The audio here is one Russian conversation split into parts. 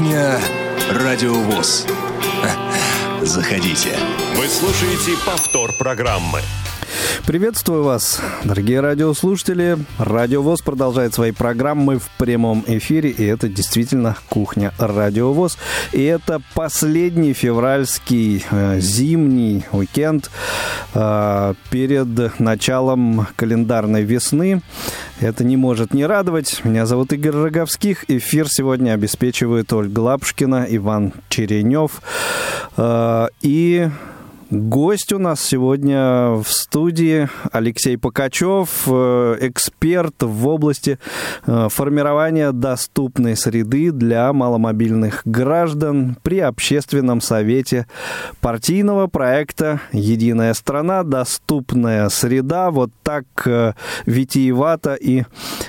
Кухня Радио ВОС. Заходите. Вы слушаете повтор программы. Приветствую вас, дорогие радиослушатели. Радио ВОС продолжает свои программы в прямом эфире, и это действительно Кухня Радио ВОС. И это последний февральский зимний уикенд перед началом календарной весны. Это не может не радовать. Меня зовут Игорь Роговских. Эфир сегодня обеспечивают Ольга Лапушкина, Иван Черенев. И гость у нас сегодня в студии Алексей Покачев, эксперт в области формирования доступной среды для маломобильных граждан при общественном совете партийного проекта «Единая страна. Доступная среда». Вот так витиевато и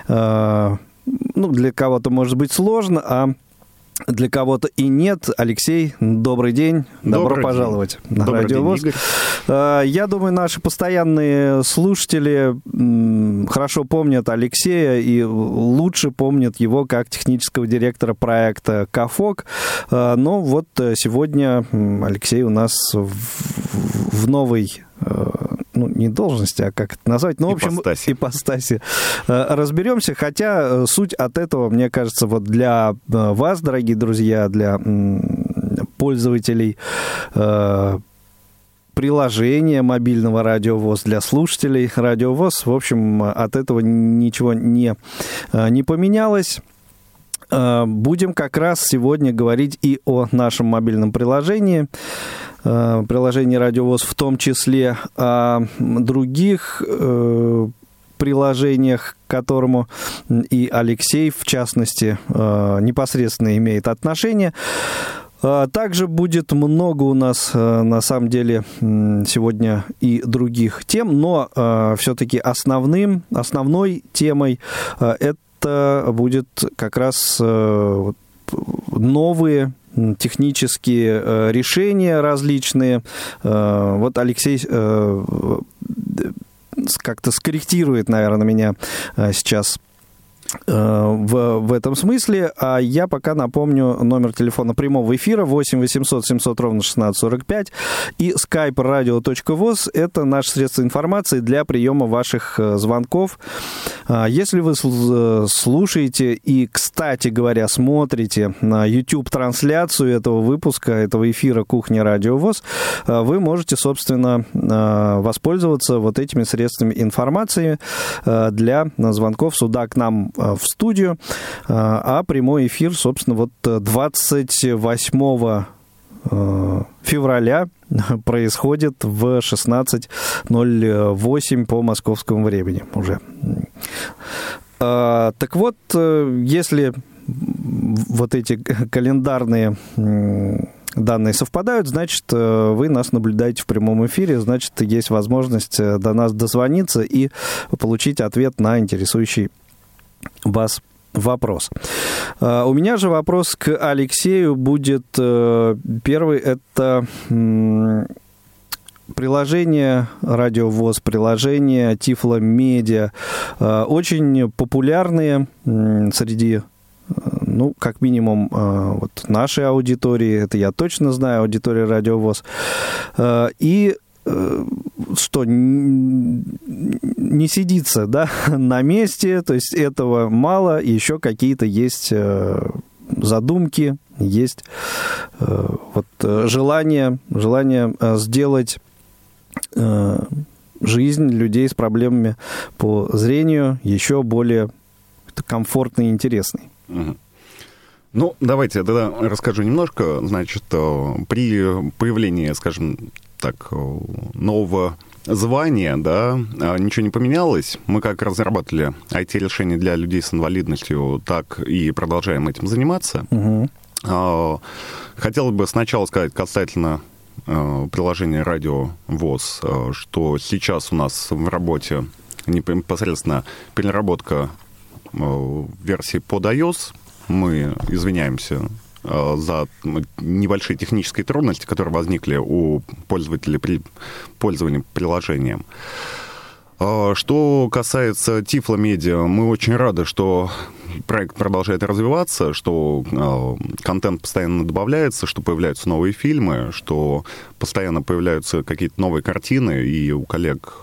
для кого-то может быть сложно, а для кого-то и нет. Алексей, добрый день. Добро пожаловать на Радио ВОС. Я думаю, наши постоянные слушатели хорошо помнят Алексея и лучше помнят его как технического директора проекта КАФОК. Но вот сегодня Алексей у нас в новой, не должности, а как это назвать? В общем, ипостаси. Разберемся, хотя суть от этого, мне кажется, вот для вас, дорогие друзья, для пользователей приложения мобильного Радио ВОС, для слушателей Радио ВОС, в общем, от этого ничего не поменялось. Будем как раз сегодня говорить и о нашем мобильном приложении Радио ВОС, в том числе о других приложениях, к которому и Алексей, в частности, непосредственно имеет отношение. Также будет много у нас, на самом деле, сегодня и других тем, но все-таки основной темой это будет как раз новые технические решения различные. Вот Алексей как-то скорректирует, наверное, меня сейчас в этом смысле. А я пока напомню номер телефона прямого эфира 8 800 700 ровно 1645 и skype radio.voz. Это наше средство информации для приема ваших звонков. Если вы слушаете и, кстати говоря, смотрите на YouTube-трансляцию этого выпуска, этого эфира «Кухня Радио ВОС», вы можете, собственно, воспользоваться вот этими средствами информации для звонков сюда к нам в студию, а прямой эфир, собственно, вот 28 февраля происходит в 16:08 по московскому времени уже. Так вот, если вот эти календарные данные совпадают, значит, вы нас наблюдаете в прямом эфире, значит, есть возможность до нас дозвониться и получить ответ на интересующий вас вопрос. У меня же вопрос к Алексею будет первый. Это приложение Радио ВОС, приложение Тифло Медиа, очень популярные среди, как минимум, вот нашей аудитории, это я точно знаю, аудитория Радио ВОС. И что не сидится, да, на месте, то есть этого мало, еще какие-то есть задумки, есть желание сделать жизнь людей с проблемами по зрению еще более комфортной и интересной. Давайте я тогда расскажу немножко. Значит, при появлении, скажем так, нового звания, да, ничего не поменялось. Мы как разрабатывали IT-решения для людей с инвалидностью, так и продолжаем этим заниматься. Хотел бы сначала сказать касательно приложения Радио ВОС, что сейчас у нас в работе непосредственно переработка версии под iOS. Мы извиняемся за небольшие технические трудности, которые возникли у пользователей при пользовании приложением. Что касается Тифло Медиа, мы очень рады, что проект продолжает развиваться, что контент постоянно добавляется, что появляются новые фильмы, что постоянно появляются какие-то новые картины, и у коллег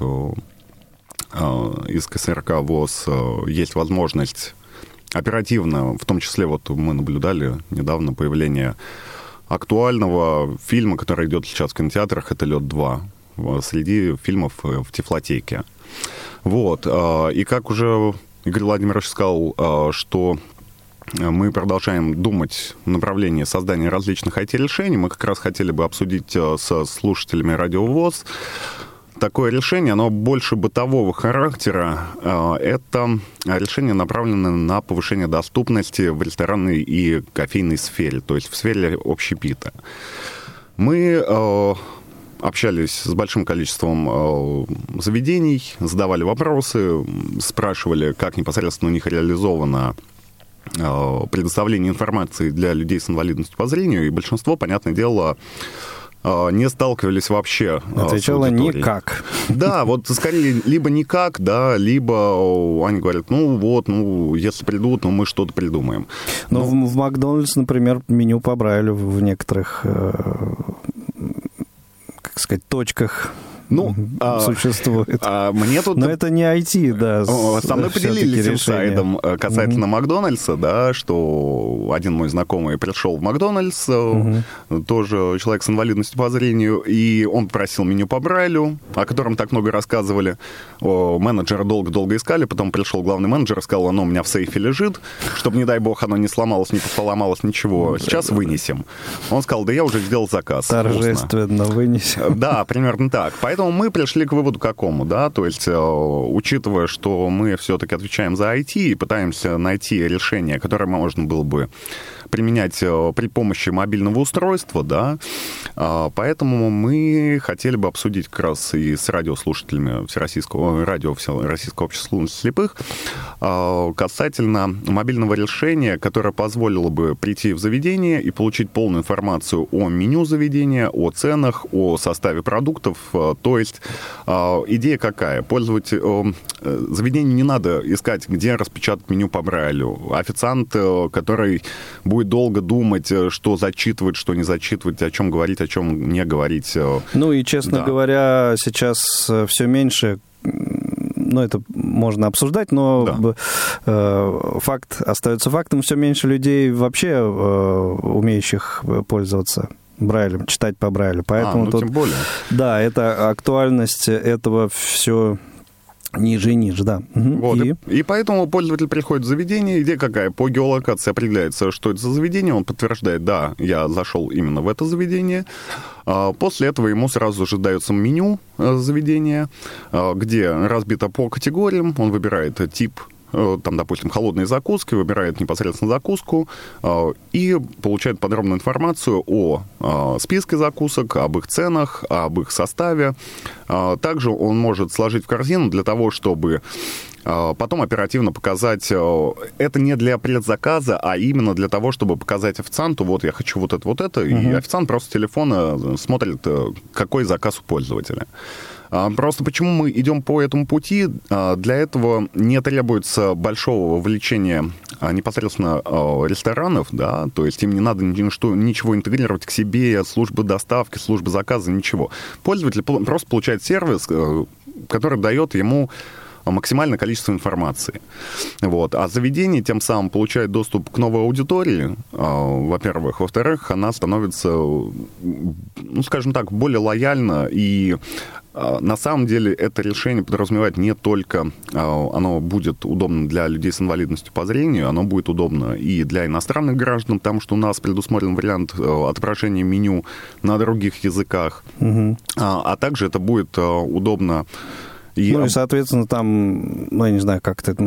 из КСРК ВОС есть возможность оперативно, в том числе вот мы наблюдали недавно появление актуального фильма, который идет сейчас в кинотеатрах, это «Лед-2», среди фильмов в Тифлотеке. Вот. И как уже Игорь Владимирович сказал, что мы продолжаем думать в направлении создания различных IT-решений, мы как раз хотели бы обсудить со слушателями Радио ВОС такое решение, оно больше бытового характера. Это решение направлено на повышение доступности в ресторанной и кофейной сфере, то есть в сфере общепита. Мы общались с большим количеством заведений, задавали вопросы, спрашивали, как непосредственно у них реализовано предоставление информации для людей с инвалидностью по зрению, и большинство, понятное дело, не сталкивались вообще отвечала с аудиторией. Никак. Да, вот скорее либо никак, да, либо они говорят, если придут, мы что-то придумаем. Но в Макдональдс, например, меню по Брайлю в некоторых, точках существует. Мне тут... Но это не IT, да. Со мной поделились инсайдом касательно Макдональдса, да, что один мой знакомый пришел в Макдональдс, тоже человек с инвалидностью по зрению, и он просил меню по Брайлю, о котором так много рассказывали. Менеджера долго-долго искали, потом пришел главный менеджер и сказал, оно у меня в сейфе лежит, чтобы, не дай бог, оно не сломалось, не поломалось, ничего. Сейчас вынесем. Он сказал, да я уже сделал заказ. Торжественно вынесем. Да, примерно так. Поэтому мы пришли к выводу какому, да, то есть, учитывая, что мы все-таки отвечаем за IT и пытаемся найти решение, которое можно было бы применять при помощи мобильного устройства, да, поэтому мы хотели бы обсудить как раз и с радиослушателями Всероссийского общества слепых касательно мобильного решения, которое позволило бы прийти в заведение и получить полную информацию о меню заведения, о ценах, о составе продуктов. То есть идея какая? Заведению не надо искать, где распечатать меню по Брайлю. Официант, который будет долго думать, что зачитывать, что не зачитывать, о чем говорить, о чем не говорить. Ну и, честно говоря, сейчас все меньше, это можно обсуждать, но факт остается фактом, все меньше людей вообще умеющих пользоваться Брайлем, читать по Брайлю. Поэтому тем более. Да, это актуальность этого все ниже и ниже, да. Вот. И поэтому пользователь приходит в заведение, идея какая? По геолокации определяется, что это за заведение, он подтверждает, да, я зашел именно в это заведение. После этого ему сразу же дается меню заведения, где разбито по категориям, он выбирает тип, там, допустим, холодные закуски, выбирает непосредственно закуску и получает подробную информацию о списке закусок, об их ценах, об их составе. Также он может сложить в корзину для того, чтобы потом оперативно показать, это не для предзаказа, а именно для того, чтобы показать официанту, вот я хочу вот это, и официант просто с телефона смотрит, какой заказ у пользователя. Просто почему мы идем по этому пути? Для этого не требуется большого вовлечения непосредственно ресторанов, да, то есть им не надо ничего интегрировать к себе, службы доставки, службы заказа, ничего. Пользователь просто получает сервис, который дает ему максимальное количество информации. Вот. А заведение тем самым получает доступ к новой аудитории, во-первых. Во-вторых, она становится, скажем так, более лояльна. И на самом деле это решение подразумевает не только оно будет удобно для людей с инвалидностью по зрению, оно будет удобно и для иностранных граждан, потому что у нас предусмотрен вариант отображения меню на других языках. А также это будет удобно. И соответственно, там, я не знаю, как это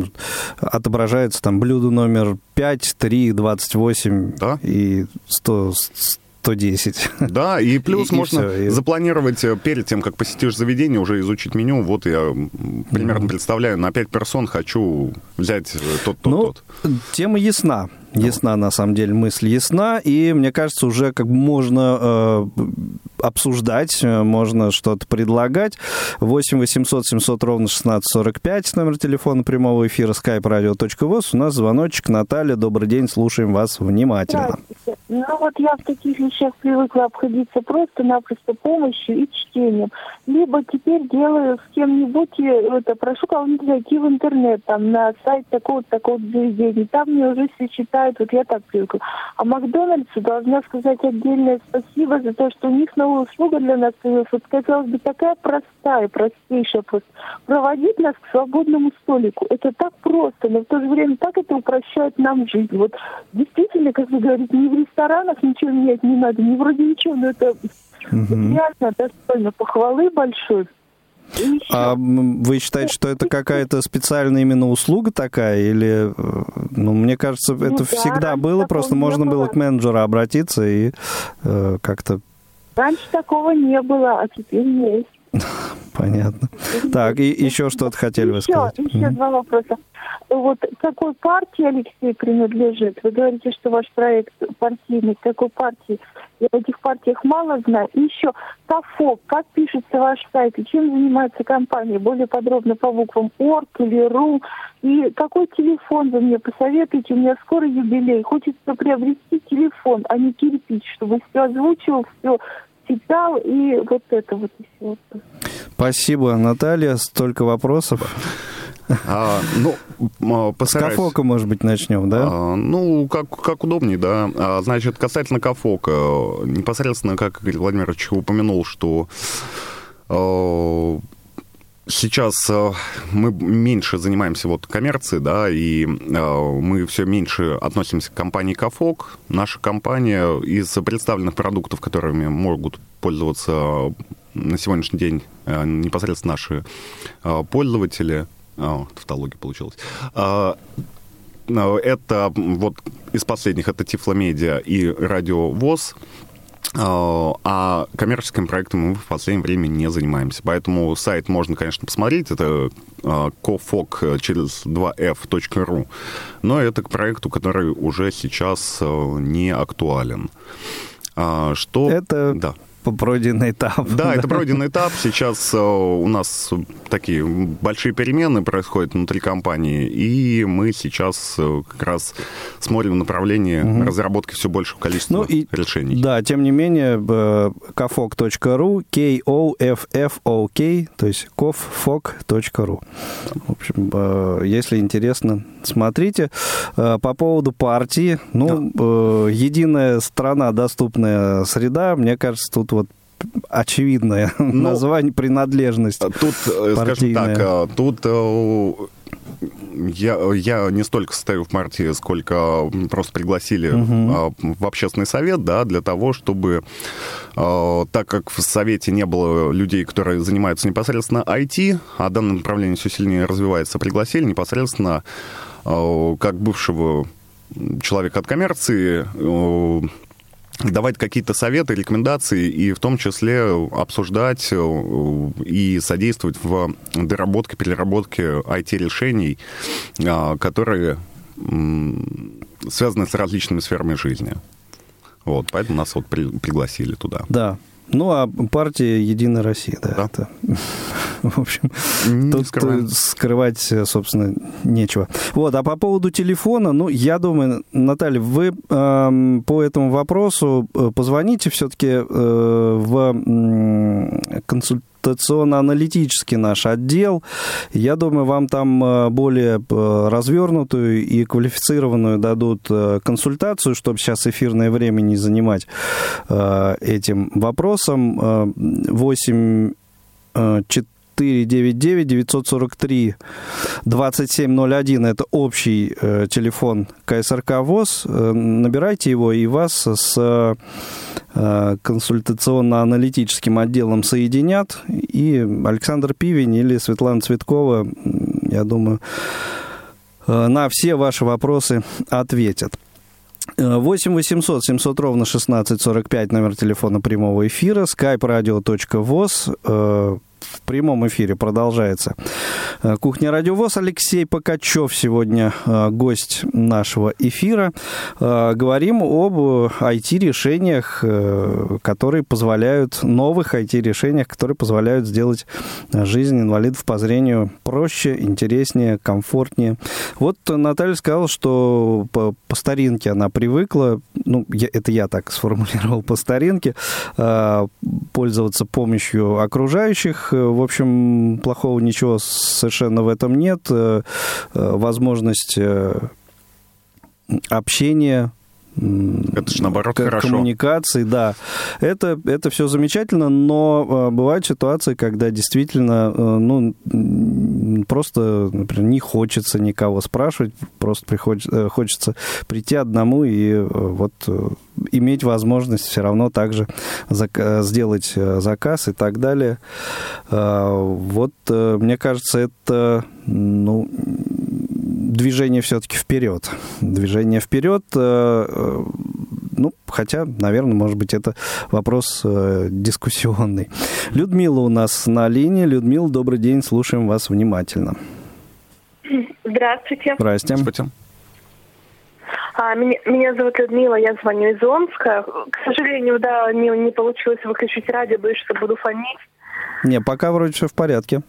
отображается, там, блюдо номер 5, 3, 28 и 100 110. Да, и плюс можно все, запланировать перед тем, как посетишь заведение, уже изучить меню. Вот я примерно представляю, на 5 персон хочу взять тот. Тема ясна. Ясна, на самом деле, мысль ясна, и, мне кажется, уже как бы можно обсуждать, можно что-то предлагать. 8 800 700 ровно 1645, номер телефона прямого эфира, skype-radio.voz. У нас звоночек. Наталья, добрый день, слушаем вас внимательно. Ну вот я в таких вещах привыкла обходиться просто-напросто помощью и чтением. Либо теперь делаю с кем-нибудь, прошу кого-нибудь зайти в интернет, там, на сайт такого-то заведения. Там мне уже все читают, вот я так привыкла. А Макдональдсу должна сказать отдельное спасибо за то, что у них новая услуга для нас появилась. Вот, казалось бы, такая простейшая просто. Проводить нас к свободному столику. Это так просто, но в то же время так это упрощает нам жизнь. Вот действительно, как вы говорите, ни в ресторанах ничего менять не надо, ни вроде ничего, но это реально достойно похвалы большой. А вы считаете, что это какая-то специальная именно услуга такая? Или, мне кажется, это всегда было, просто можно было к менеджеру обратиться и как-то... Раньше такого не было, а теперь есть. Понятно. Так, и еще что-то хотели вы сказать? Еще два вопроса. Вот к какой партии Алексей принадлежит? Вы говорите, что ваш проект партийный. К какой партии? Я о этих партиях мало знаю. И еще КАФОК. Как пишется ваш сайт? И чем занимается компания? Более подробно по буквам ОРГ или РУ. И какой телефон вы мне посоветуете? У меня скоро юбилей. Хочется приобрести телефон, а не кирпич, чтобы все озвучивал, все читал, и вот это вот и все. Спасибо, Наталья. Столько вопросов. С КАФОКа, может быть, начнем, да? Как удобнее, да. Значит, касательно КАФОКа, непосредственно, как Игорь Владимирович упомянул, что сейчас мы меньше занимаемся коммерцией, да, и мы все меньше относимся к компании КАФОК. Наша компания из представленных продуктов, которыми могут пользоваться на сегодняшний день непосредственно наши пользователи, тавтология получилась, это из последних, это Тифломедиа и Радио ВОС. А коммерческим проектом мы в последнее время не занимаемся. Поэтому сайт можно, конечно, посмотреть. Это kofok через 2f.ru. Но это к проекту, который уже сейчас не актуален. Это пройденный этап. Да, это пройденный этап. Сейчас у нас такие большие перемены происходят внутри компании, и мы сейчас как раз смотрим в направлении разработки все большего количества решений. Да, тем не менее, kofok.ru, KOFFOK, то есть kofok.ru. В общем, если интересно, смотрите. По поводу партии, единая страна, доступная среда, мне кажется, тут очевидное название, принадлежность партийная. Скажем так, тут я не столько состою в партии, сколько просто пригласили в общественный совет, да, для того, чтобы, так как в совете не было людей, которые занимаются непосредственно IT, а данное направление все сильнее развивается, пригласили непосредственно как бывшего человека от коммерции давать какие-то советы, рекомендации, и в том числе обсуждать и содействовать в доработке, переработке IT-решений, которые связаны с различными сферами жизни. Поэтому нас пригласили туда. Да. А партия «Единая Россия», да. Это, в общем, тут скрывать, собственно, нечего. А по поводу телефона, я думаю, Наталья, вы по этому вопросу позвоните все-таки в консультационно-аналитический наш отдел. Я думаю, вам там более развернутую и квалифицированную дадут консультацию, чтобы сейчас эфирное время не занимать этим вопросом. 8 499 943 2701 это общий телефон КСРК ВОС. Набирайте его, и вас с консультационно-аналитическим отделом соединят, и Александр Пивень или Светлана Цветкова, я думаю, на все ваши вопросы ответят. 8 800 700 ровно 1645, номер телефона прямого эфира, skype-radio.voz. В прямом эфире продолжается «Кухня Радио ВОС». Алексей Покачев сегодня гость нашего эфира. Говорим об IT-решениях, которые позволяют, новых IT-решениях, которые позволяют сделать жизнь инвалидов по зрению проще, интереснее, комфортнее. Вот Наталья сказала, что по старинке она привыкла, это я так сформулировал, по старинке, пользоваться помощью окружающих. В общем, плохого ничего совершенно в этом нет. Возможность общения, это же, наоборот, коммуникации, да. Это все замечательно, но бывают ситуации, когда действительно, просто, например, не хочется никого спрашивать, просто хочется прийти одному и вот иметь возможность все равно также сделать заказ и так далее. Вот, мне кажется, это, движение все-таки вперед. Движение вперед, хотя, наверное, может быть, это вопрос дискуссионный. Людмила у нас на линии. Людмила, добрый день, слушаем вас внимательно. Здравствуйте. Здравствуйте. Меня зовут Людмила, я звоню из Омска. К сожалению, не получилось выключить радио, боюсь, что буду фонить. Не, пока вроде все в порядке.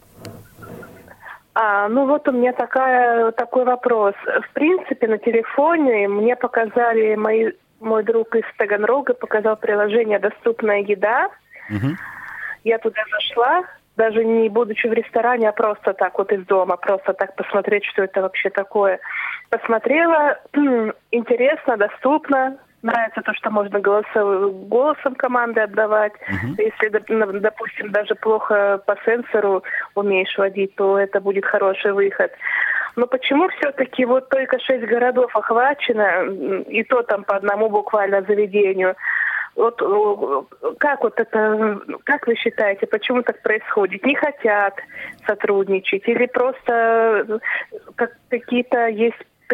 У меня такой вопрос. В принципе, на телефоне мне показали, мой друг из Таганрога показал приложение «Доступная еда». Угу. Я туда зашла, даже не будучи в ресторане, а просто так вот из дома, просто так посмотреть, что это вообще такое. Посмотрела, интересно, доступно. Нравится то, что можно голосом команды отдавать. Если, допустим, даже плохо по сенсору умеешь водить, то это будет хороший выход. Но почему все-таки вот только 6 городов охвачено, и то там по одному буквально заведению? Вот как вы считаете, почему так происходит? Не хотят сотрудничать или просто какие-то есть,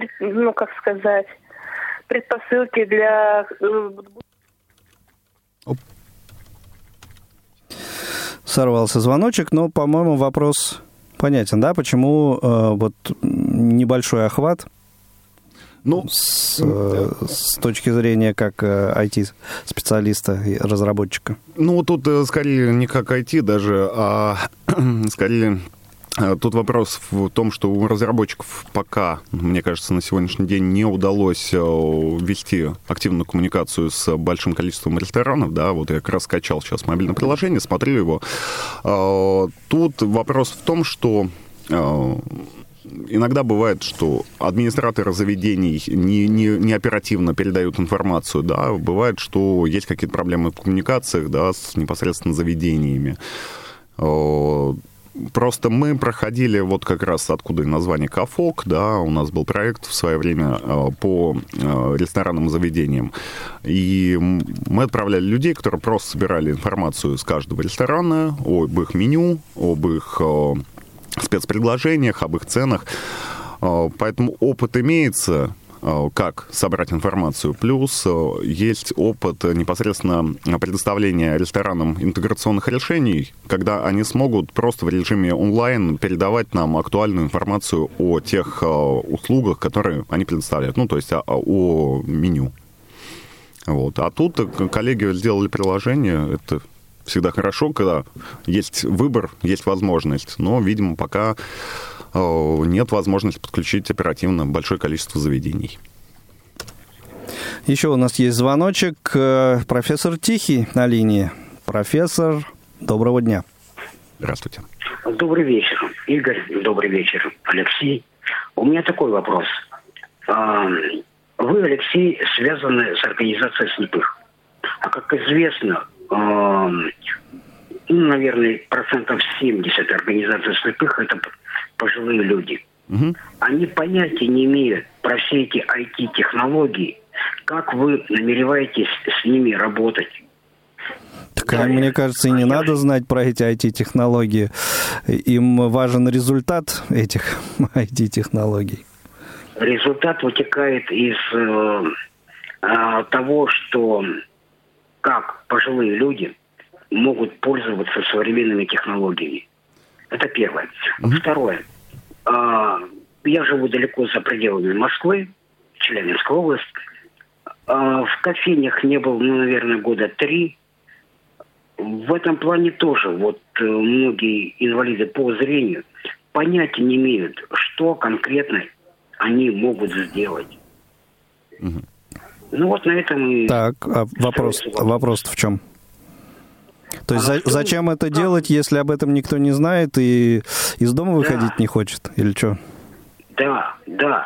предпосылки для... Сорвался звоночек, но, по-моему, вопрос понятен, да? Почему вот небольшой охват с точки зрения как IT-специалиста и разработчика? Тут скорее не как IT даже, а скорее... Тут вопрос в том, что у разработчиков пока, мне кажется, на сегодняшний день не удалось ввести активную коммуникацию с большим количеством ресторанов, да, вот я как раз скачал сейчас мобильное приложение, смотрю его. Тут вопрос в том, что иногда бывает, что администраторы заведений не оперативно передают информацию, да, бывает, что есть какие-то проблемы в коммуникациях, да, с непосредственно заведениями. Просто мы проходили вот как раз откуда и название «Кафок», да, у нас был проект в свое время по ресторанным заведениям, и мы отправляли людей, которые просто собирали информацию с каждого ресторана об их меню, об их спецпредложениях, об их ценах, поэтому опыт имеется, как собрать информацию. Плюс есть опыт непосредственно предоставления ресторанам интеграционных решений, когда они смогут просто в режиме онлайн передавать нам актуальную информацию о тех услугах, которые они предоставляют, то есть о меню. Вот. А тут коллеги сделали приложение, это всегда хорошо, когда есть выбор, есть возможность, но, видимо, пока нет возможности подключить оперативно большое количество заведений. Еще у нас есть звоночек. Профессор Тихий на линии. Профессор, доброго дня. Здравствуйте. Добрый вечер, Игорь. Добрый вечер, Алексей. У меня такой вопрос. Вы, Алексей, связаны с организацией слепых. А как известно, наверное, 70% организации слепых – это пожилые люди. Угу. Они понятия не имеют про все эти IT-технологии. Как вы намереваетесь с ними работать? Так, мне кажется, и не надо знать про эти IT-технологии. Им важен результат этих IT-технологий. Результат вытекает из того, что как пожилые люди могут пользоваться современными технологиями. Это первое. Второе. Я живу далеко за пределами Москвы, Челябинская область. В кофейнях не был, наверное, года 3. В этом плане тоже вот многие инвалиды по зрению понятия не имеют, что конкретно они могут сделать. Ну вот на этом и... Так, а вопрос в чем? То есть зачем это делать, если об этом никто не знает и из дома выходить не хочет? Или что? Да.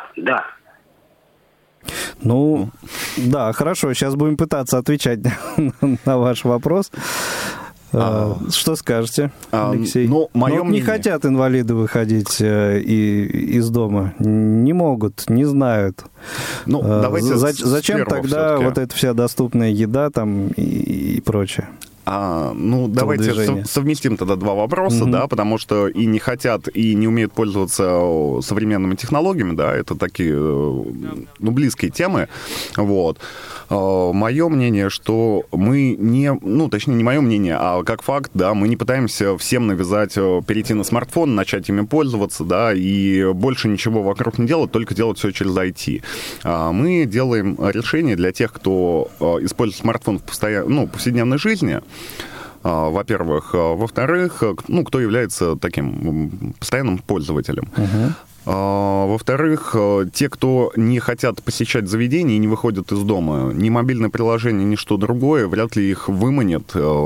Ну, да, хорошо, сейчас будем пытаться отвечать на ваш вопрос. Что скажете, Алексей? Не хотят инвалиды выходить из дома, не могут, не знают. Зачем тогда вот эта вся доступная еда там и прочее? Давайте совместим тогда два вопроса, да, потому что и не хотят, и не умеют пользоваться современными технологиями, да, это такие, близкие темы, вот. Мое мнение, что мы точнее, не мое мнение, а как факт, да, мы не пытаемся всем навязать перейти на смартфон, начать ими пользоваться, да, и больше ничего вокруг не делать, только делать все через IT. Мы делаем решения для тех, кто использует смартфон в повседневной жизни, во-первых. Во-вторых, кто является таким постоянным пользователем. Во-вторых, те, кто не хотят посещать заведения и не выходят из дома, ни мобильное приложение, ни что другое вряд ли их выманит,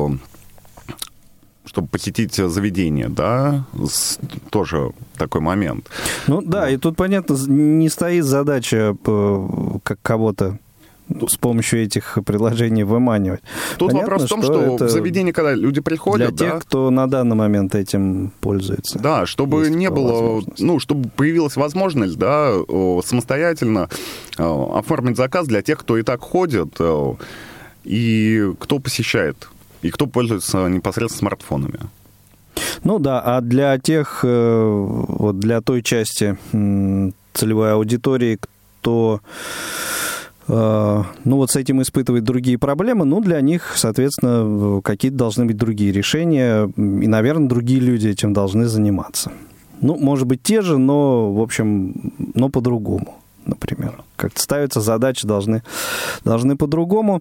чтобы посетить заведение, да, тоже такой момент. И тут, понятно, не стоит задача как кого-то с помощью этих приложений выманивать. Тут вопрос в том, что в заведение, когда люди приходят... Для тех, кто на данный момент этим пользуется. Да, чтобы не было... чтобы появилась возможность, да, самостоятельно оформить заказ для тех, кто и так ходит, и кто посещает, и кто пользуется непосредственно смартфонами. А для тех, для той части целевой аудитории, кто... с этим испытывать другие проблемы, для них, соответственно, какие-то должны быть другие решения, и, наверное, другие люди этим должны заниматься. Может быть, те же, но, в общем, по-другому, например. Как-то ставятся задачи, должны по-другому.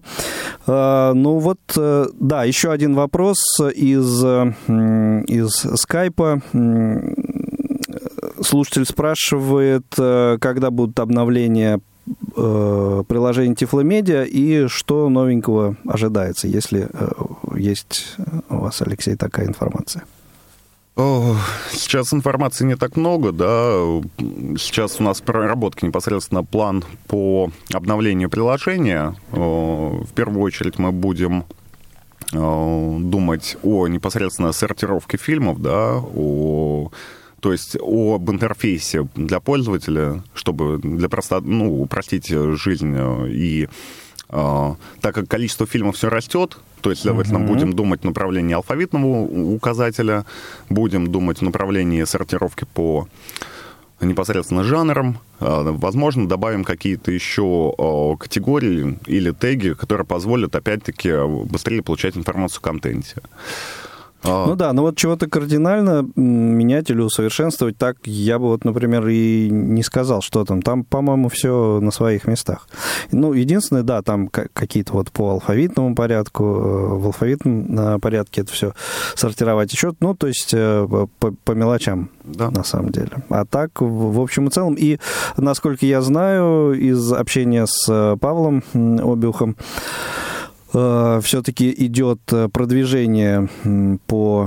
Еще один вопрос из скайпа. Слушатель спрашивает, когда будут обновления приложение Тифломедиа и что новенького ожидается, если есть у вас, Алексей, такая информация? Сейчас информации не так много, да. Сейчас у нас в проработке непосредственно план по обновлению приложения. В первую очередь мы будем думать о непосредственно сортировке фильмов, да, то есть об интерфейсе для пользователя, чтобы упростить жизнь. И так как количество фильмов все растет, то есть, следовательно, будем думать в направлении алфавитного указателя, будем думать в направлении сортировки по непосредственно жанрам. Возможно, добавим какие-то еще категории или теги, которые позволят, опять-таки, быстрее получать информацию в контенте. Чего-то кардинально менять или усовершенствовать, так я бы, например, и не сказал, что там. Там, по-моему, все на своих местах. Единственное, да, там какие-то по алфавитному порядку, в алфавитном порядке это все сортировать еще, то есть по мелочам, да, на самом деле. А так, в общем и целом, и, насколько я знаю, из общения с Павлом Обиухом, все-таки идет продвижение по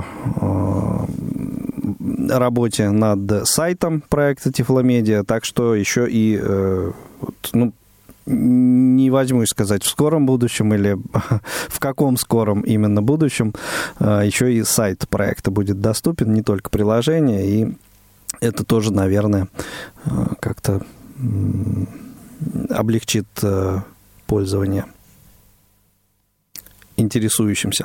работе над сайтом проекта Тифломедиа, так что еще и, не возьмусь сказать в скором будущем или в каком скором именно будущем, еще и сайт проекта будет доступен, не только приложение, и это тоже, наверное, как-то облегчит пользование интересующимся.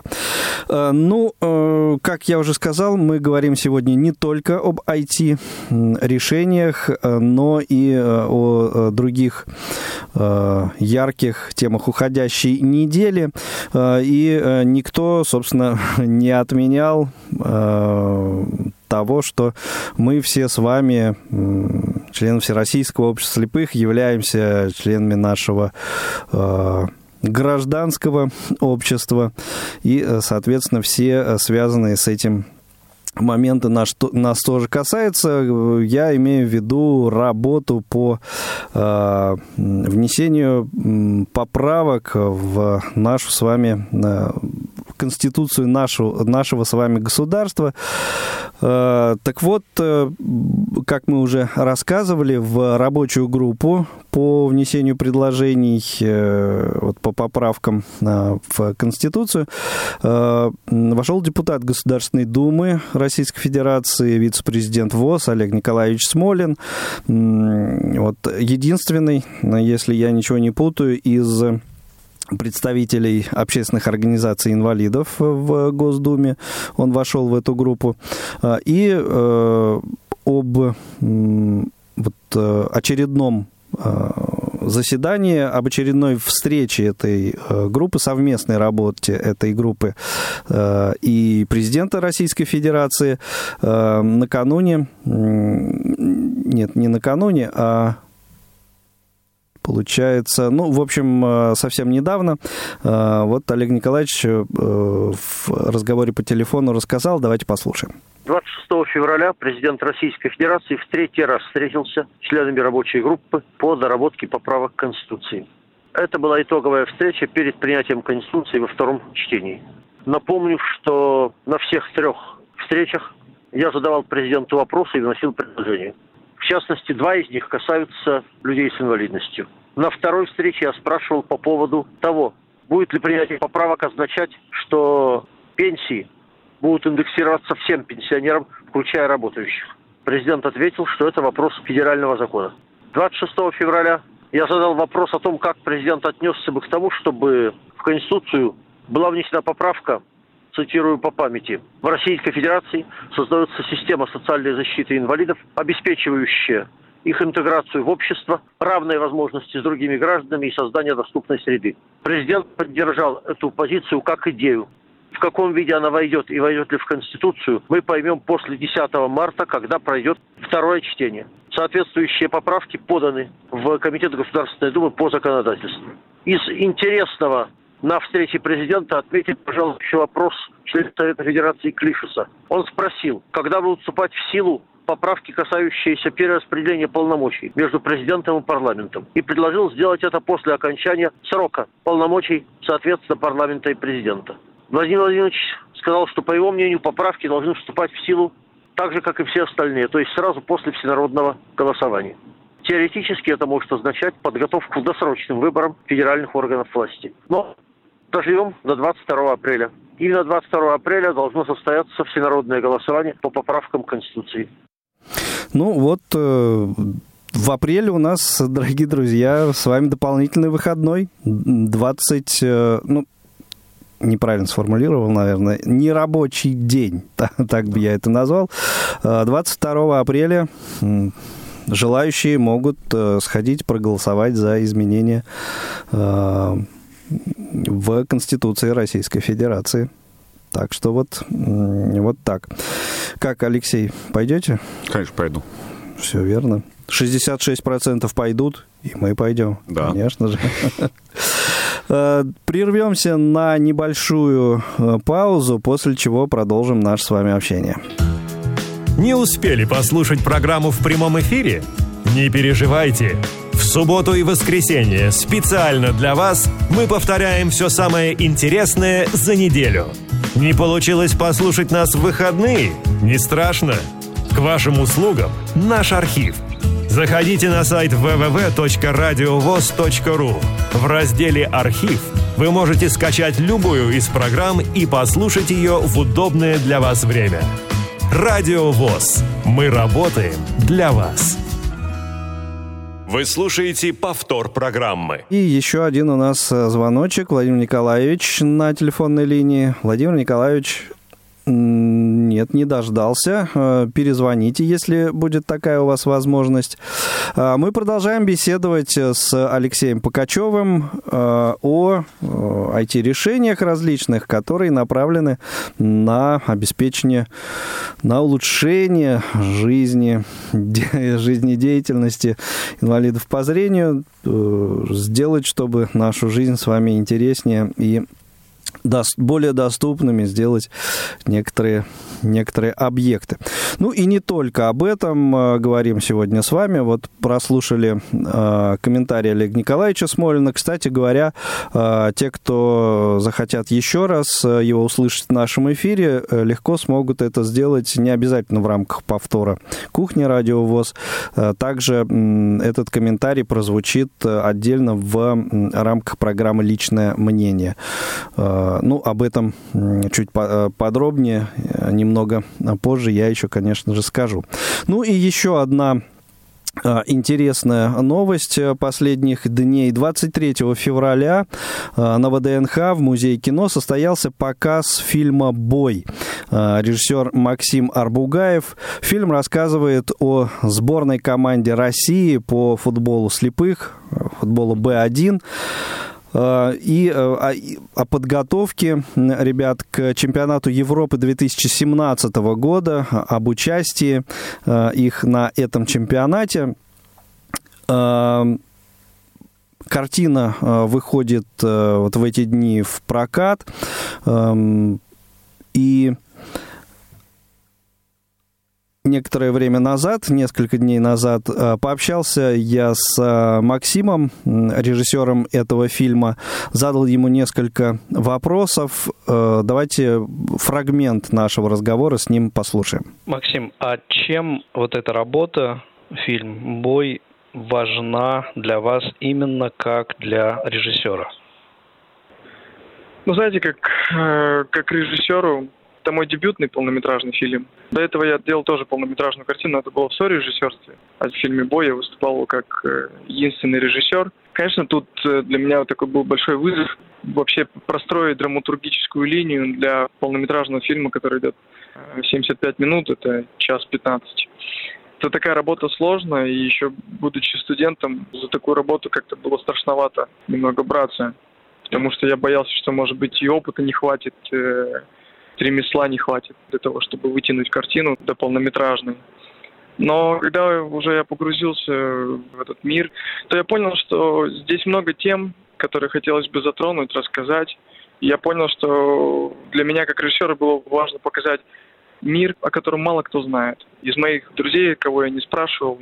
Как я уже сказал, мы говорим сегодня не только об IT-решениях, но и о других ярких темах уходящей недели. И никто, собственно, не отменял того, что мы все с вами, члены Всероссийского общества слепых, являемся членами нашего гражданского общества, и, соответственно, все связанные с этим моменты нас тоже касаются. Я имею в виду работу по внесению поправок в нашу с вами Конституцию нашего с вами государства. Так вот, как мы уже рассказывали, в рабочую группу по внесению предложений вот, по поправкам в Конституцию вошел депутат Государственной Думы Российской Федерации, вице-президент ВОС Олег Николаевич Смолин. Вот, единственный, если я ничего не путаю, из представителей общественных организаций инвалидов в Госдуме. Он вошел в эту группу. И об очередном заседании, об очередной встрече этой группы, совместной работе этой группы и президента Российской Федерации накануне, нет, не накануне, а получается, ну, в общем, совсем недавно вот Олег Николаевич в разговоре по телефону рассказал. Давайте послушаем. 26 февраля президент Российской Федерации в третий раз встретился с членами рабочей группы по доработке поправок к Конституции. Это была итоговая встреча перед принятием Конституции во втором чтении. Напомню, что на всех трех встречах я задавал президенту вопросы и вносил предложения. В частности, 2 из них касаются людей с инвалидностью. На второй встрече я спрашивал по поводу того, будет ли принятие поправок означать, что пенсии будут индексироваться всем пенсионерам, включая работающих. Президент ответил, что это вопрос федерального закона. 26 февраля я задал вопрос о том, как президент отнесся бы к тому, чтобы в Конституцию была внесена поправка, цитирую по памяти: в Российской Федерации создается система социальной защиты инвалидов, обеспечивающая их интеграцию в общество, равные возможности с другими гражданами и создание доступной среды. Президент поддержал эту позицию как идею. В каком виде она войдет и войдет ли в Конституцию, мы поймем после 10 марта, когда пройдет второе чтение. Соответствующие поправки поданы в Комитет Государственной Думы по законодательству. Из интересного на встрече президента отметить, пожалуй, еще вопрос члена Совета Федерации Клишеса. Он спросил, когда будут вступать в силу поправки, касающиеся перераспределения полномочий между президентом и парламентом, и предложил сделать это после окончания срока полномочий, соответственно, парламента и президента. Владимир Владимирович сказал, что, по его мнению, поправки должны вступать в силу так же, как и все остальные, то есть сразу после всенародного голосования. Теоретически это может означать подготовку к досрочным выборам федеральных органов власти. Но доживем до 22 апреля. Именно 22 апреля должно состояться всенародное голосование по поправкам Конституции. Ну вот, в апреле у нас, дорогие друзья, с вами дополнительный выходной. Неправильно сформулировал, наверное, нерабочий день, так бы я это назвал. 22 апреля желающие могут сходить проголосовать за изменения в Конституции Российской Федерации. Так что вот так. Как, Алексей, пойдете? Конечно, пойду. Все верно. 66% пойдут, и мы пойдем. Да. Конечно же. Прервемся на небольшую паузу, после чего продолжим наше с вами общение. Не успели послушать программу в прямом эфире? Не переживайте. В субботу и воскресенье специально для вас мы повторяем все самое интересное за неделю. Не получилось послушать нас в выходные? Не страшно. К вашим услугам наш архив. Заходите на сайт www.radiovoz.ru. В разделе «Архив» вы можете скачать любую из программ и послушать ее в удобное для вас время. Радио ВОС. Мы работаем для вас. Вы слушаете повтор программы. И еще один у нас звоночек. Владимир Николаевич на телефонной линии. Владимир Николаевич, нет, не дождался. Перезвоните, если будет такая у вас возможность. Мы продолжаем беседовать с Алексеем Покачевым о IT-решениях различных, которые направлены на обеспечение, на улучшение жизнедеятельности инвалидов по зрению, сделать, чтобы нашу жизнь с вами интереснее и более доступными сделать некоторые объекты. Ну и не только об этом говорим сегодня с вами. Вот прослушали комментарий Олега Николаевича Смолина. Кстати говоря, те, кто захотят еще раз его услышать в нашем эфире, легко смогут это сделать, не обязательно в рамках повтора «Кухни Радио ВОС». Также этот комментарий прозвучит отдельно в рамках программы «Личное мнение». Ну, об этом чуть подробнее, немного позже я еще, конечно же, скажу. Ну и еще одна интересная новость последних дней. 23 февраля на ВДНХ в Музее кино состоялся показ фильма «Бой». Режиссер Максим Арбугаев. Фильм рассказывает о сборной команде России по футболу слепых, футболу Б1, и о подготовке ребят к чемпионату Европы 2017 года, об участии их на этом чемпионате. Картина выходит вот в эти дни в прокат, и некоторое время назад, несколько дней назад, пообщался я с Максимом, режиссером этого фильма, задал ему несколько вопросов. Давайте фрагмент нашего разговора с ним послушаем. Максим, а чем вот эта работа, фильм «Бой», важна для вас именно как для режиссера? Ну, знаете, как режиссеру, это мой дебютный полнометражный фильм. До этого я делал тоже полнометражную картину, но это было в сорежиссерстве. А в фильме «Бой» я выступал как единственный режиссер. Конечно, тут для меня такой был большой вызов вообще простроить драматургическую линию для полнометражного фильма, который идет 75 минут, это час 15. Это такая работа сложная, и еще будучи студентом, за такую работу как-то было страшновато немного браться. Потому что я боялся, что, может быть, и опыта не хватит, ремесла не хватит для того, чтобы вытянуть картину до полнометражной. Но когда уже я погрузился в этот мир, то я понял, что здесь много тем, которые хотелось бы затронуть, рассказать. И я понял, что для меня как режиссера было важно показать мир, о котором мало кто знает. Из моих друзей, кого я не спрашивал,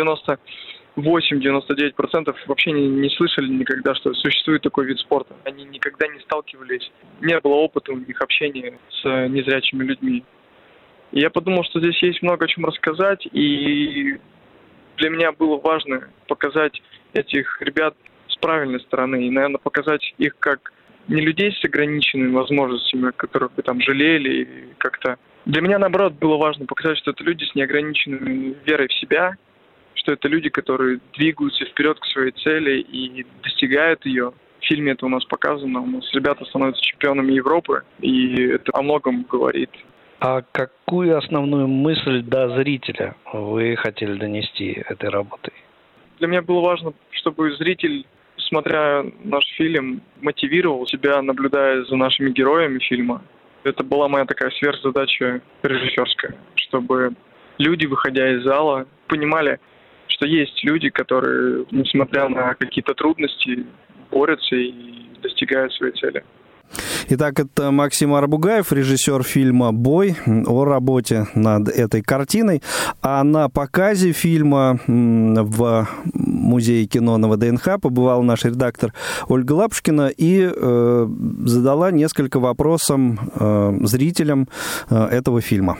98-99% вообще не слышали никогда, что существует такой вид спорта. Они никогда не сталкивались, не было опыта у них общения с незрячими людьми. И я подумал, что здесь есть много о чем рассказать, и для меня было важно показать этих ребят с правильной стороны, и, наверное, показать их как не людей с ограниченными возможностями, которых бы там жалели, и как-то... Для меня, наоборот, было важно показать, что это люди с неограниченной верой в себя, что это люди, которые двигаются вперед к своей цели и достигают ее. В фильме это у нас показано. У нас ребята становятся чемпионами Европы, и это о многом говорит. А какую основную мысль до зрителя вы хотели донести этой работой? Для меня было важно, чтобы зритель, смотря наш фильм, мотивировал себя, наблюдая за нашими героями фильма. Это была моя такая сверхзадача режиссерская, чтобы люди, выходя из зала, понимали, что есть люди, которые, несмотря на какие-то трудности, борются и достигают своей цели. Итак, это Максим Арбугаев, режиссер фильма «Бой», о работе над этой картиной. А на показе фильма в Музее кино на ВДНХ побывала наш редактор Ольга Лапушкина и задала несколько вопросов зрителям этого фильма.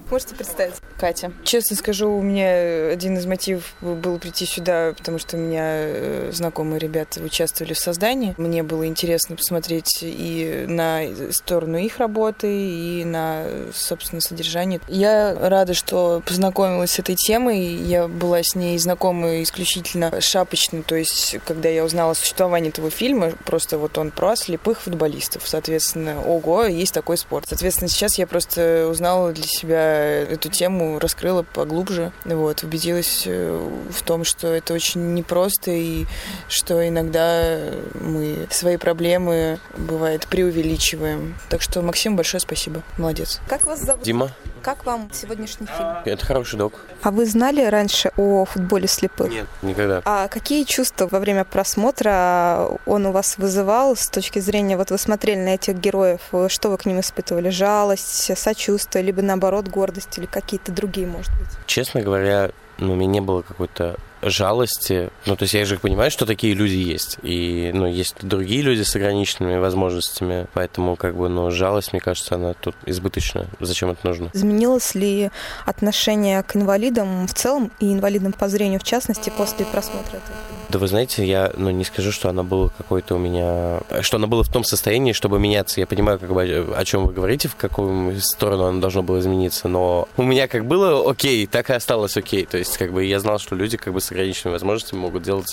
Можете представить? Катя. Честно скажу, у меня один из мотивов был прийти сюда, потому что у меня знакомые ребята участвовали в создании. Мне было интересно посмотреть и на сторону их работы, и на, собственно, содержание. Я рада, что познакомилась с этой темой. Я была с ней знакома исключительно шапочно, то есть, когда я узнала о существовании этого фильма, просто вот он про слепых футболистов. Соответственно, ого, есть такой спорт. Соответственно, сейчас я просто узнала для себя эту тему, раскрыла поглубже, вот, убедилась в том, что это очень непросто и что иногда мы свои проблемы, бывает, преувеличиваем. Так что, Максим, большое спасибо. Молодец. Как вас зовут? Дима. Как вам сегодняшний фильм? Это хороший док. А вы знали раньше о футболе слепых? Нет, никогда. А какие чувства во время просмотра он у вас вызывал с точки зрения, вот вы смотрели на этих героев, что вы к ним испытывали? Жалость, сочувствие, либо наоборот гордость или какие-то другие, может быть? Честно говоря, у меня не было какой-то жалости. То есть я же понимаю, что такие люди есть. И, есть другие люди с ограниченными возможностями. Поэтому, жалость, мне кажется, она тут избыточна. Зачем это нужно? Изменилось ли отношение к инвалидам в целом и инвалидам по зрению в частности после просмотра этого фильма? Да вы знаете, я не скажу, что она была какой-то у меня... Что она была в том состоянии, чтобы меняться. Я понимаю, о чем вы говорите, в какую сторону она должна была измениться. Но у меня как было окей, так и осталось окей. То есть я знал, что люди с ограниченными возможностями могут делать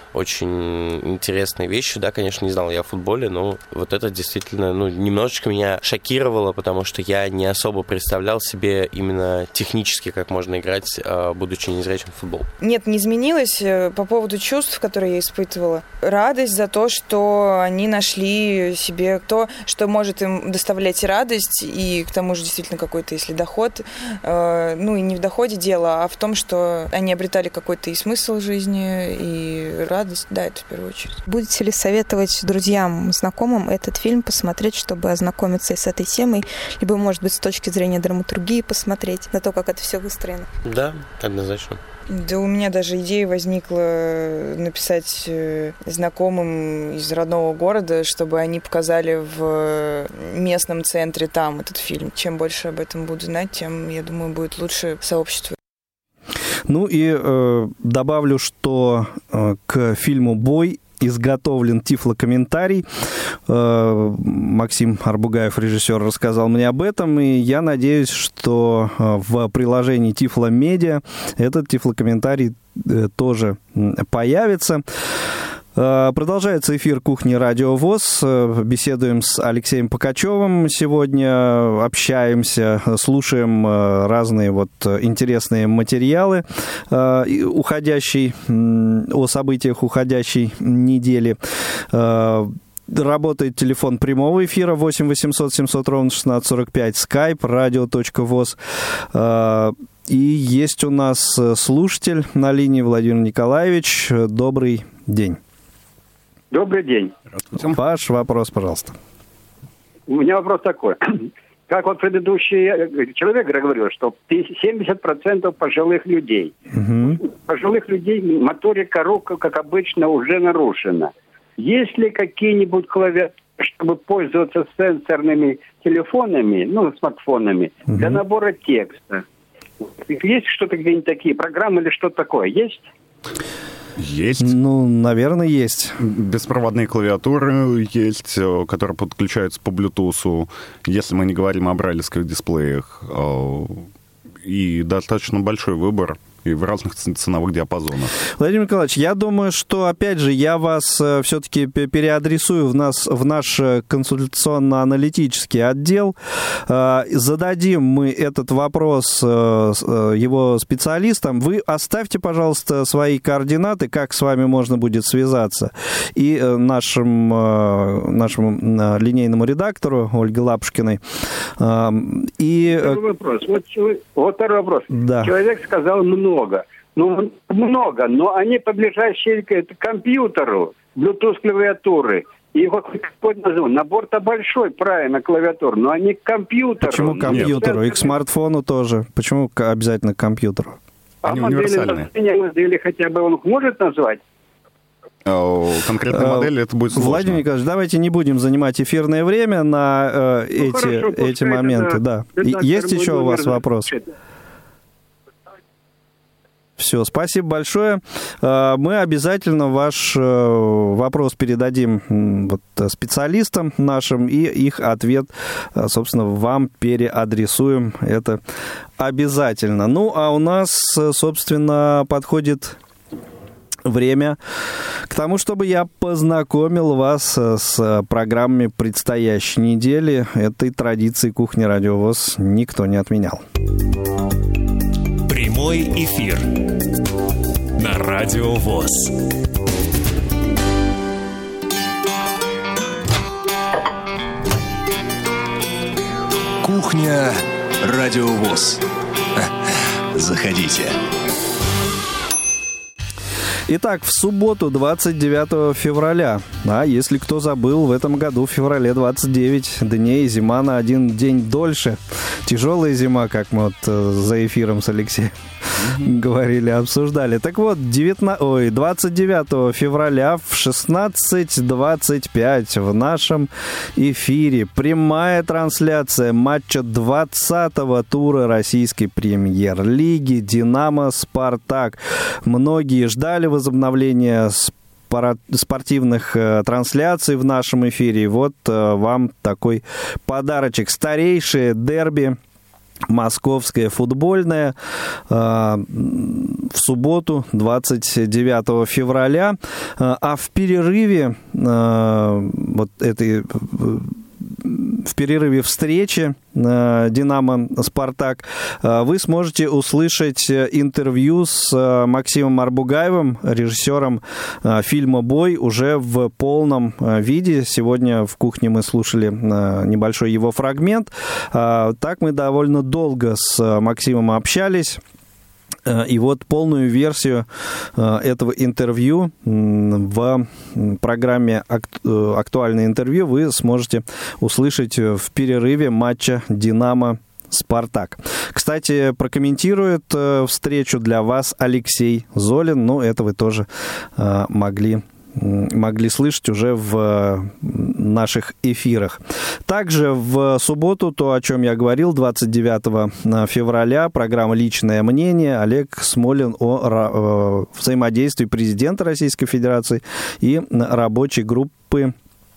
очень интересные вещи. Да, конечно, не знал я о футболе, но вот это действительно немножечко меня шокировало, потому что я не особо представлял себе именно технически, как можно играть, будучи незрячим в футбол. Нет, не изменилось по поводу чувств, которые я испытывала. Радость за то, что они нашли себе то, что может им доставлять радость, и к тому же действительно какой-то, если доход, и не в доходе дело, а в том, что они обретали какой-то и смысл жизни, и радость. Да, это в первую очередь. Будете ли советовать друзьям, знакомым этот фильм посмотреть, чтобы ознакомиться и с этой темой, либо, может быть, с точки зрения драматургии посмотреть на то, как это все выстроено? Да, однозначно. Да у меня даже идея возникла написать знакомым из родного города, чтобы они показали в местном центре там этот фильм. Чем больше об этом буду знать, тем, я думаю, будет лучше сообществу. Добавлю, что к фильму «Бой» изготовлен тифлокомментарий. Максим Арбугаев, режиссер, рассказал мне об этом, и я надеюсь, что в приложении Тифломедиа этот тифлокомментарий тоже появится. Продолжается эфир «Кухни Радио ВОС». Беседуем с Алексеем Покачевым сегодня, общаемся, слушаем разные интересные материалы о событиях уходящей недели. Работает телефон прямого эфира 8 800 700 ровно 1645, skype radio.voz. И есть у нас слушатель на линии, Владимир Николаевич. Добрый день. Добрый день. Ваш вопрос, пожалуйста. У меня вопрос такой. Как предыдущий человек говорил, что 70% пожилых людей. Угу. Пожилых людей моторика рук, как обычно, уже нарушена. Есть ли какие-нибудь клавиатуры, чтобы пользоваться сенсорными телефонами, смартфонами, для набора текста? Есть что-то где-нибудь такие программы или что-то такое? Есть? Есть. Наверное, есть. Беспроводные клавиатуры есть, которые подключаются по Bluetooth, если мы не говорим о брайлевских дисплеях. И достаточно большой выбор. И в разных ценовых диапазонах. Владимир Николаевич, я думаю, что, опять же, я вас все-таки переадресую в наш консультационно-аналитический отдел. Зададим мы этот вопрос его специалистам. Вы оставьте, пожалуйста, свои координаты, как с вами можно будет связаться. И нашему линейному редактору Ольге Лапушкиной. Второй вопрос. Вот второй вопрос. Да. Человек сказал много, но они подлежащие к компьютеру, Bluetooth клавиатуры. И его какой назовут? Набор-то большой, правильно, клавиатур, но они к компьютеру. Почему к компьютеру? И к смартфону тоже. Почему обязательно к компьютеру? Они универсальные. Модели хотя бы он может назвать? конкретной модели это будет сложно. Владимир Николаевич, давайте не будем занимать эфирное время на эти моменты. Да. Есть еще у вас вопрос? Все, спасибо большое. Мы обязательно ваш вопрос передадим специалистам нашим, и их ответ, собственно, вам переадресуем. Это обязательно. Ну, а у нас, собственно, подходит время к тому, чтобы я познакомил вас с программами предстоящей недели. Этой традиции кухни Радио ВОС никто не отменял. Прямой эфир на Радио ВОС. Кухня Радио ВОС. Заходите. Итак, в субботу, 29 февраля, а если кто забыл, в этом году в феврале 29 дней, зима на один день дольше. Тяжелая зима, как мы за эфиром с Алексеем говорили, обсуждали. Так вот, 29 февраля в 16:25 в нашем эфире прямая трансляция матча 20-го тура российской премьер-лиги «Динамо-Спартак». Многие ждали возобновления спортивных трансляций в нашем эфире. Вот вам такой подарочек. Старейшее дерби московское футбольное в субботу, 29 февраля. А в перерыве в перерыве встречи «Динамо-Спартак» вы сможете услышать интервью с Максимом Арбугаевым, режиссером фильма «Бой», уже в полном виде. Сегодня в кухне мы слушали небольшой его фрагмент. Так мы довольно долго с Максимом общались. И вот полную версию этого интервью в программе «Актуальное интервью» вы сможете услышать в перерыве матча «Динамо-Спартак». Кстати, прокомментирует встречу для вас Алексей Золин. Ну, это вы тоже могли слышать уже в наших эфирах. Также в субботу, то, о чем я говорил, 29 февраля, программа «Личное мнение», Олег Смолин о взаимодействии президента Российской Федерации и рабочей группы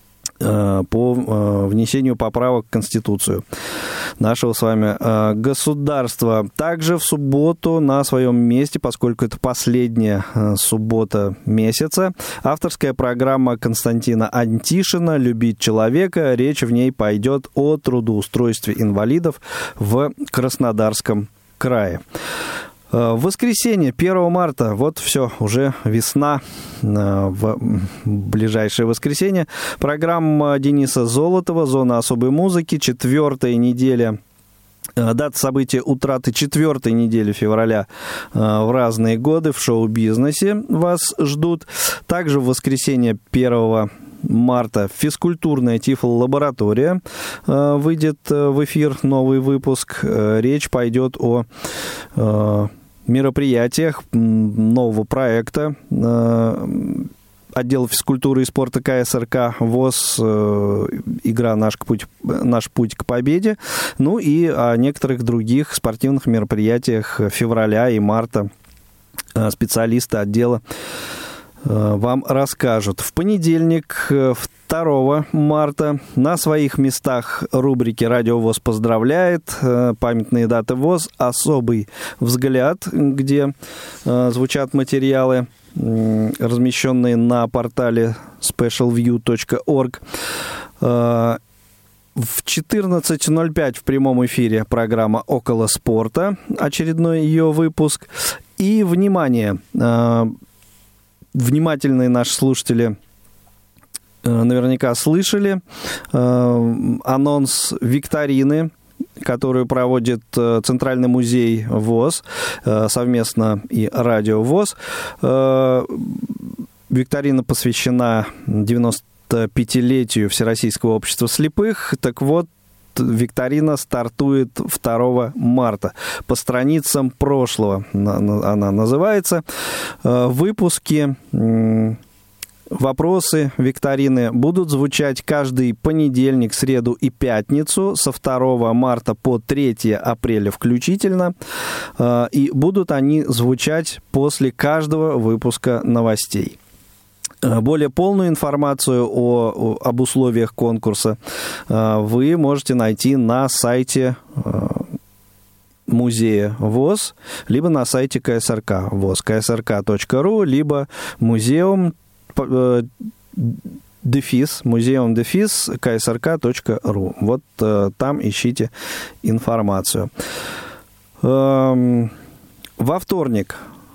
по внесению поправок в Конституцию нашего с вами государства. Также в субботу на своем месте, поскольку это последняя суббота месяца, авторская программа Константина Антишина «Любить человека». Речь в ней пойдет о трудоустройстве инвалидов в Краснодарском крае. В воскресенье, 1 марта, вот все, уже весна, в ближайшее воскресенье. Программа Дениса Золотова «Зона особой музыки», 4-я неделя. Дата события утраты 4-й недели февраля в разные годы в шоу-бизнесе вас ждут. Также в воскресенье 1 марта физкультурная тифлолаборатория выйдет в эфир, новый выпуск. Речь пойдет о мероприятиях нового проекта отдела физкультуры и спорта КСРК ВОС, игра «Наш путь к победе», ну и о некоторых других спортивных мероприятиях февраля и марта специалисты отдела вам расскажут. В понедельник, 2 марта, на своих местах рубрики «Радио ВОС поздравляет», «Памятные даты ВОС», «Особый взгляд», где звучат материалы, размещенные на портале specialview.org. В 14:05 в прямом эфире программа «Около спорта», очередной ее выпуск. И, внимание, внимательные наши слушатели наверняка слышали анонс викторины, которую проводит Центральный музей ВОС совместно и Радио ВОС. Викторина посвящена 95-летию Всероссийского общества слепых. Так вот, викторина стартует 2 марта. По страницам прошлого она называется. Выпуски Вопросы викторины будут звучать каждый понедельник, среду и пятницу со 2 марта по 3 апреля включительно. И будут они звучать после каждого выпуска новостей. Более полную информацию об условиях конкурса вы можете найти на сайте музея ВОС, либо на сайте КСРК ВОС, ksrk.ru, либо музеум ksrk.ru. Вот там ищите информацию. Во вторник,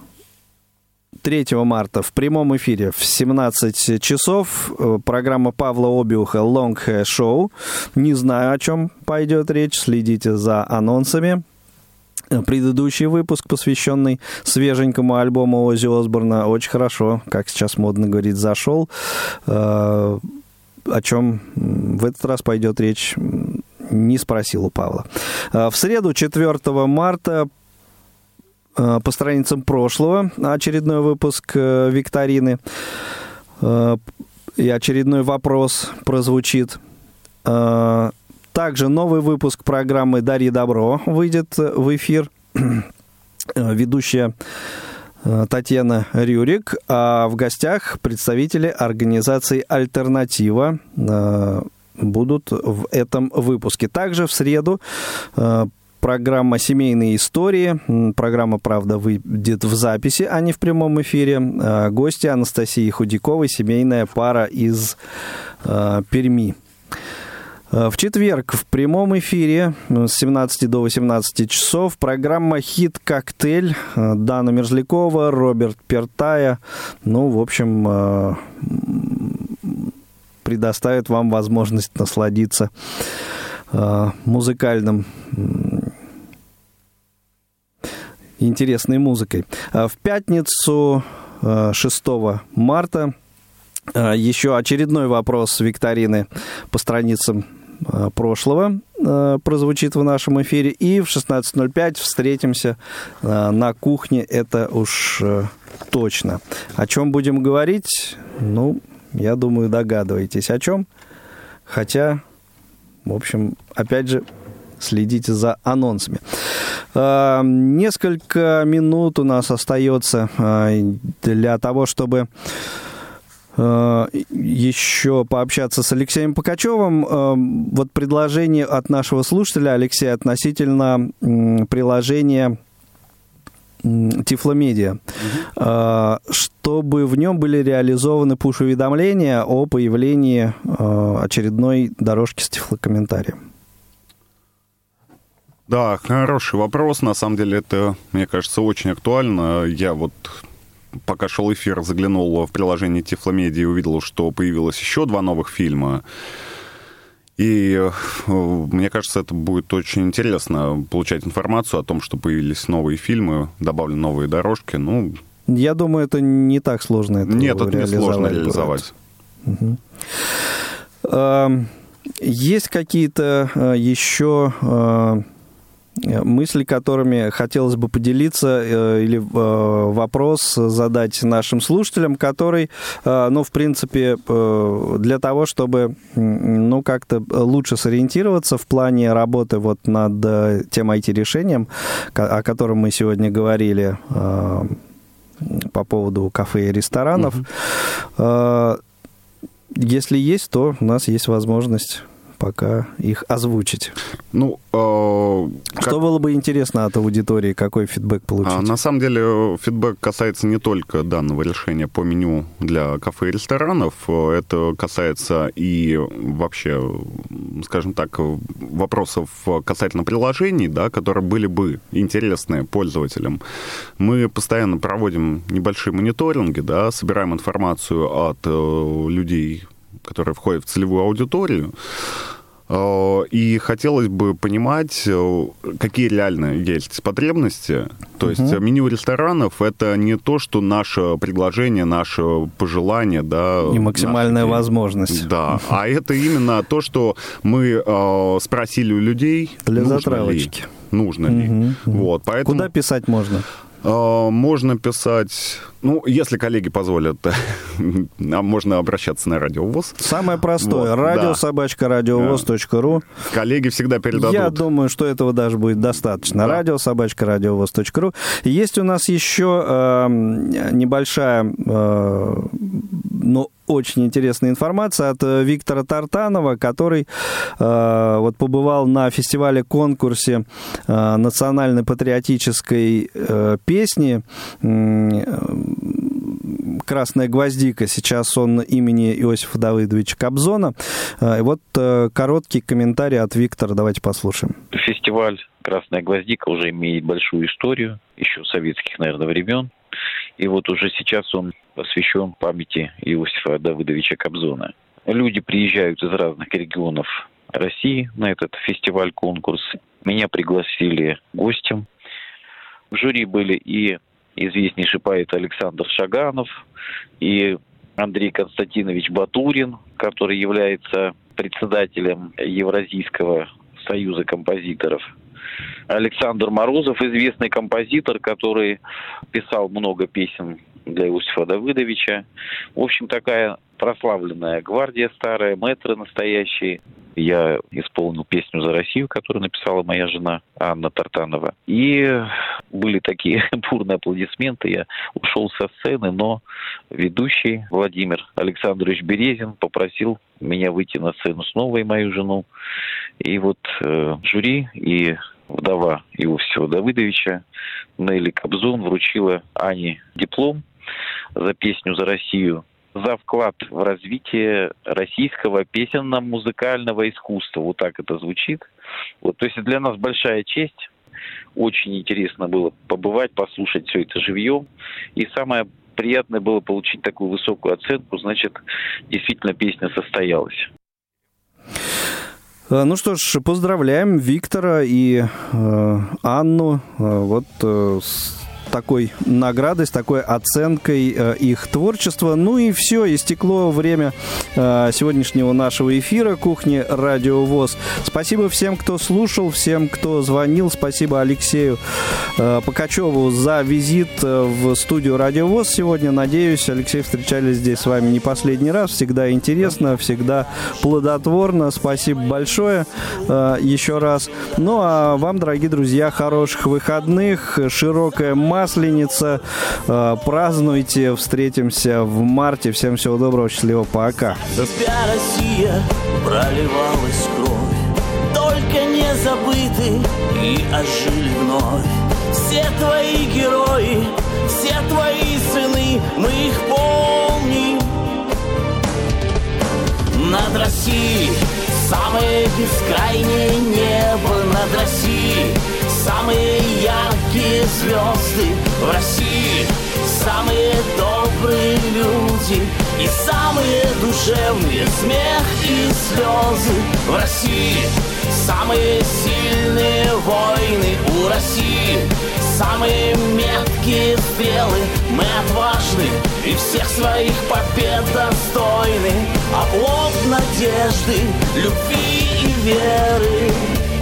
3 марта, в прямом эфире в 17 часов программа Павла Обиуха «Long Hair Show». Не знаю, о чем пойдет речь, следите за анонсами. Предыдущий выпуск, посвященный свеженькому альбому Оззи Осборна, очень хорошо, как сейчас модно говорить, зашел. О чем в этот раз пойдет речь, не спросил у Павла. В среду, 4 марта, по страницам прошлого очередной выпуск викторины и очередной вопрос прозвучит. Также новый выпуск программы «Дарьи добро» выйдет в эфир. Ведущая Татьяна Рюрик, а в гостях представители организации «Альтернатива» будут в этом выпуске. Также в среду программа «Семейные истории». Программа, правда, выйдет в записи, а не в прямом эфире. Гости Анастасии Худяковой, семейная пара из Перми. В четверг в прямом эфире с 17 до 18 часов программа «Хит-коктейль». Дана Мерзлякова, Роберт Пертая. Ну, в общем, предоставит вам возможность насладиться музыкальным интересной музыкой. В пятницу 6 марта еще очередной вопрос викторины по страницам прошлого прозвучит в нашем эфире. И в 16:05 встретимся на кухне, это уж точно. О чем будем говорить? Ну, я думаю, догадываетесь о чем. Хотя, в общем, опять же, следите за анонсами. Несколько минут у нас остается для того, чтобы еще пообщаться с Алексеем Покачевым. Вот предложение от нашего слушателя Алексея относительно приложения Тифломедиа, чтобы в нем были реализованы пуш-уведомления о появлении очередной дорожки с тифлокомментарием. Да, хороший вопрос. На самом деле это, мне кажется, очень актуально. Я вот пока шел эфир, заглянул в приложение Тифломедиа и увидел, что появилось еще 2 новых фильма. И мне кажется, это будет очень интересно получать информацию о том, что появились новые фильмы, добавлены новые дорожки. Ну, я думаю, это не так сложно. Нет, это не сложно реализовать. Угу. Есть какие-то еще мысли, которыми хотелось бы поделиться, или вопрос задать нашим слушателям, который, ну, в принципе, для того, чтобы, ну, как-то лучше сориентироваться в плане работы вот над тем IT-решением, о котором мы сегодня говорили по поводу кафе и ресторанов. Если есть, то у нас есть возможность пока их озвучить. Ну, что было бы интересно от аудитории, какой фидбэк получить? На самом деле фидбэк касается не только данного решения по меню для кафе и ресторанов, это касается и вообще, скажем так, вопросов касательно приложений, да, которые были бы интересны пользователям. Мы постоянно проводим небольшие мониторинги, да, собираем информацию от людей, которые входят в целевую аудиторию. И хотелось бы понимать, какие реально есть потребности. То есть меню ресторанов — это не то, что наше предложение, наше пожелание, да, и максимальная возможность. Да, а это именно то, что мы спросили у людей, для затравочки. Нужно ли. Вот, поэтому... Куда писать можно? Можно писать... если коллеги позволят, можно обращаться на Радио ВОС. Самое простое. radio@radiovos.ru. Коллеги всегда передадут. Я думаю, что этого даже будет достаточно. radio@radiovos.ru. Есть у нас еще небольшая, но очень интересная информация от Виктора Тартанова, который побывал на фестивале-конкурсе национально-патриотической песни «Красная гвоздика». Сейчас он имени Иосифа Давыдовича Кобзона. Короткий комментарий от Виктора. Давайте послушаем. Фестиваль «Красная гвоздика» уже имеет большую историю, еще советских, наверное, времен. И уже сейчас он посвящен памяти Иосифа Давыдовича Кобзона. Люди приезжают из разных регионов России на этот фестиваль-конкурс. Меня пригласили гостем. В жюри были и известнейший поэт Александр Шаганов, и Андрей Константинович Батурин, который является председателем Евразийского союза композиторов. Александр Морозов, известный композитор, который писал много песен для Иосифа Давыдовича. В общем, такая прославленная гвардия старая, мэтры настоящие. Я исполнил песню «За Россию», которую написала моя жена Анна Тартанова. И были такие бурные аплодисменты. Я ушел со сцены, но ведущий Владимир Александрович Березин попросил меня выйти на сцену снова и мою жену. И жюри и вдова Иосифа Давыдовича Нелли Кобзон вручила Ане диплом за песню «За Россию», за вклад в развитие российского песенно-музыкального искусства. Вот так это звучит. То есть для нас большая честь. Очень интересно было побывать, послушать все это живьем. И самое приятное было получить такую высокую оценку. Значит, действительно песня состоялась. Ну что ж, поздравляем Виктора и Анну с такой наградой, с такой оценкой их творчества. Ну и все, истекло время сегодняшнего нашего эфира «Кухни Радио ВОС». Спасибо всем, кто слушал, всем, кто звонил. Спасибо Алексею Покачеву за визит в студию Радио ВОС сегодня. Надеюсь, Алексей, встречались здесь с вами не последний раз. Всегда интересно, всегда плодотворно. Спасибо большое еще раз. Ну а вам, дорогие друзья, хороших выходных, широкая Масленица. Празднуйте, встретимся в марте. Всем всего доброго, счастливо, пока. Вся Россия проливалась кровь, только не забыты и ожили вновь. Все твои герои, все твои сыны, мы их помним. Над Россией самое бескрайнее небо, над Россией самые яркие звезды. В России самые добрые люди и самые душевные смех и слезы. В России самые сильные войны. У России самые меткие стрелы. Мы отважны и всех своих побед достойны. Оплот надежды, любви и веры.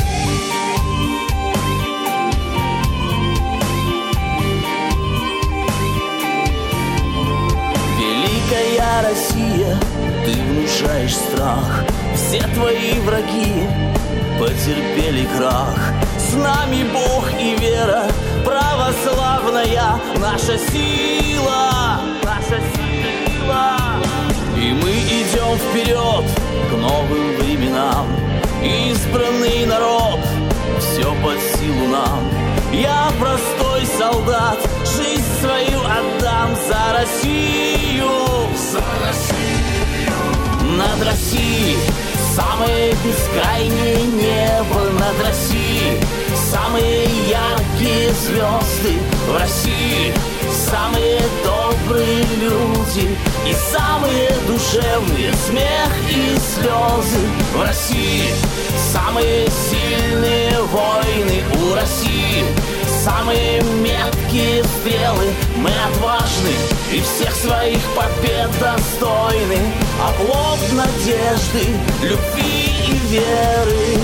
Великая Россия, ты внушаешь страх. Все твои враги потерпели крах. С нами Бог и вера православная, наша сила, наша сила. И мы идем вперед к новым временам. Избранный народ, все под силу нам. Я простой солдат, жизнь свою отдам за Россию, за Россию. Над Россией самое бескрайнее небо, над Россией самые яркие звезды. В России самые добрые люди и самые душевные смех и слезы. В России самые сильные войны. У России самые меткие стрелы. Мы отважны и всех своих побед достойны. Оплот надежды, любви и веры.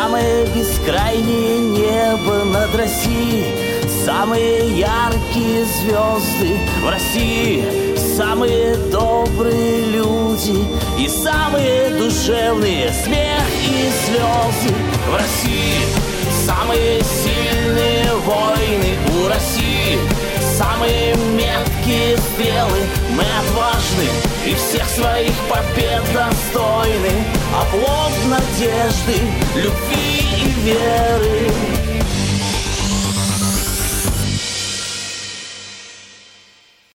самое бескрайнее небо над Россией, самые яркие звезды в России, самые добрые люди и самые душевные смех и слезы в России, самые сильные войны у России, самые меткие стрелы, мы отважны и всех своих побед достойны, оплот надежды, любви и веры.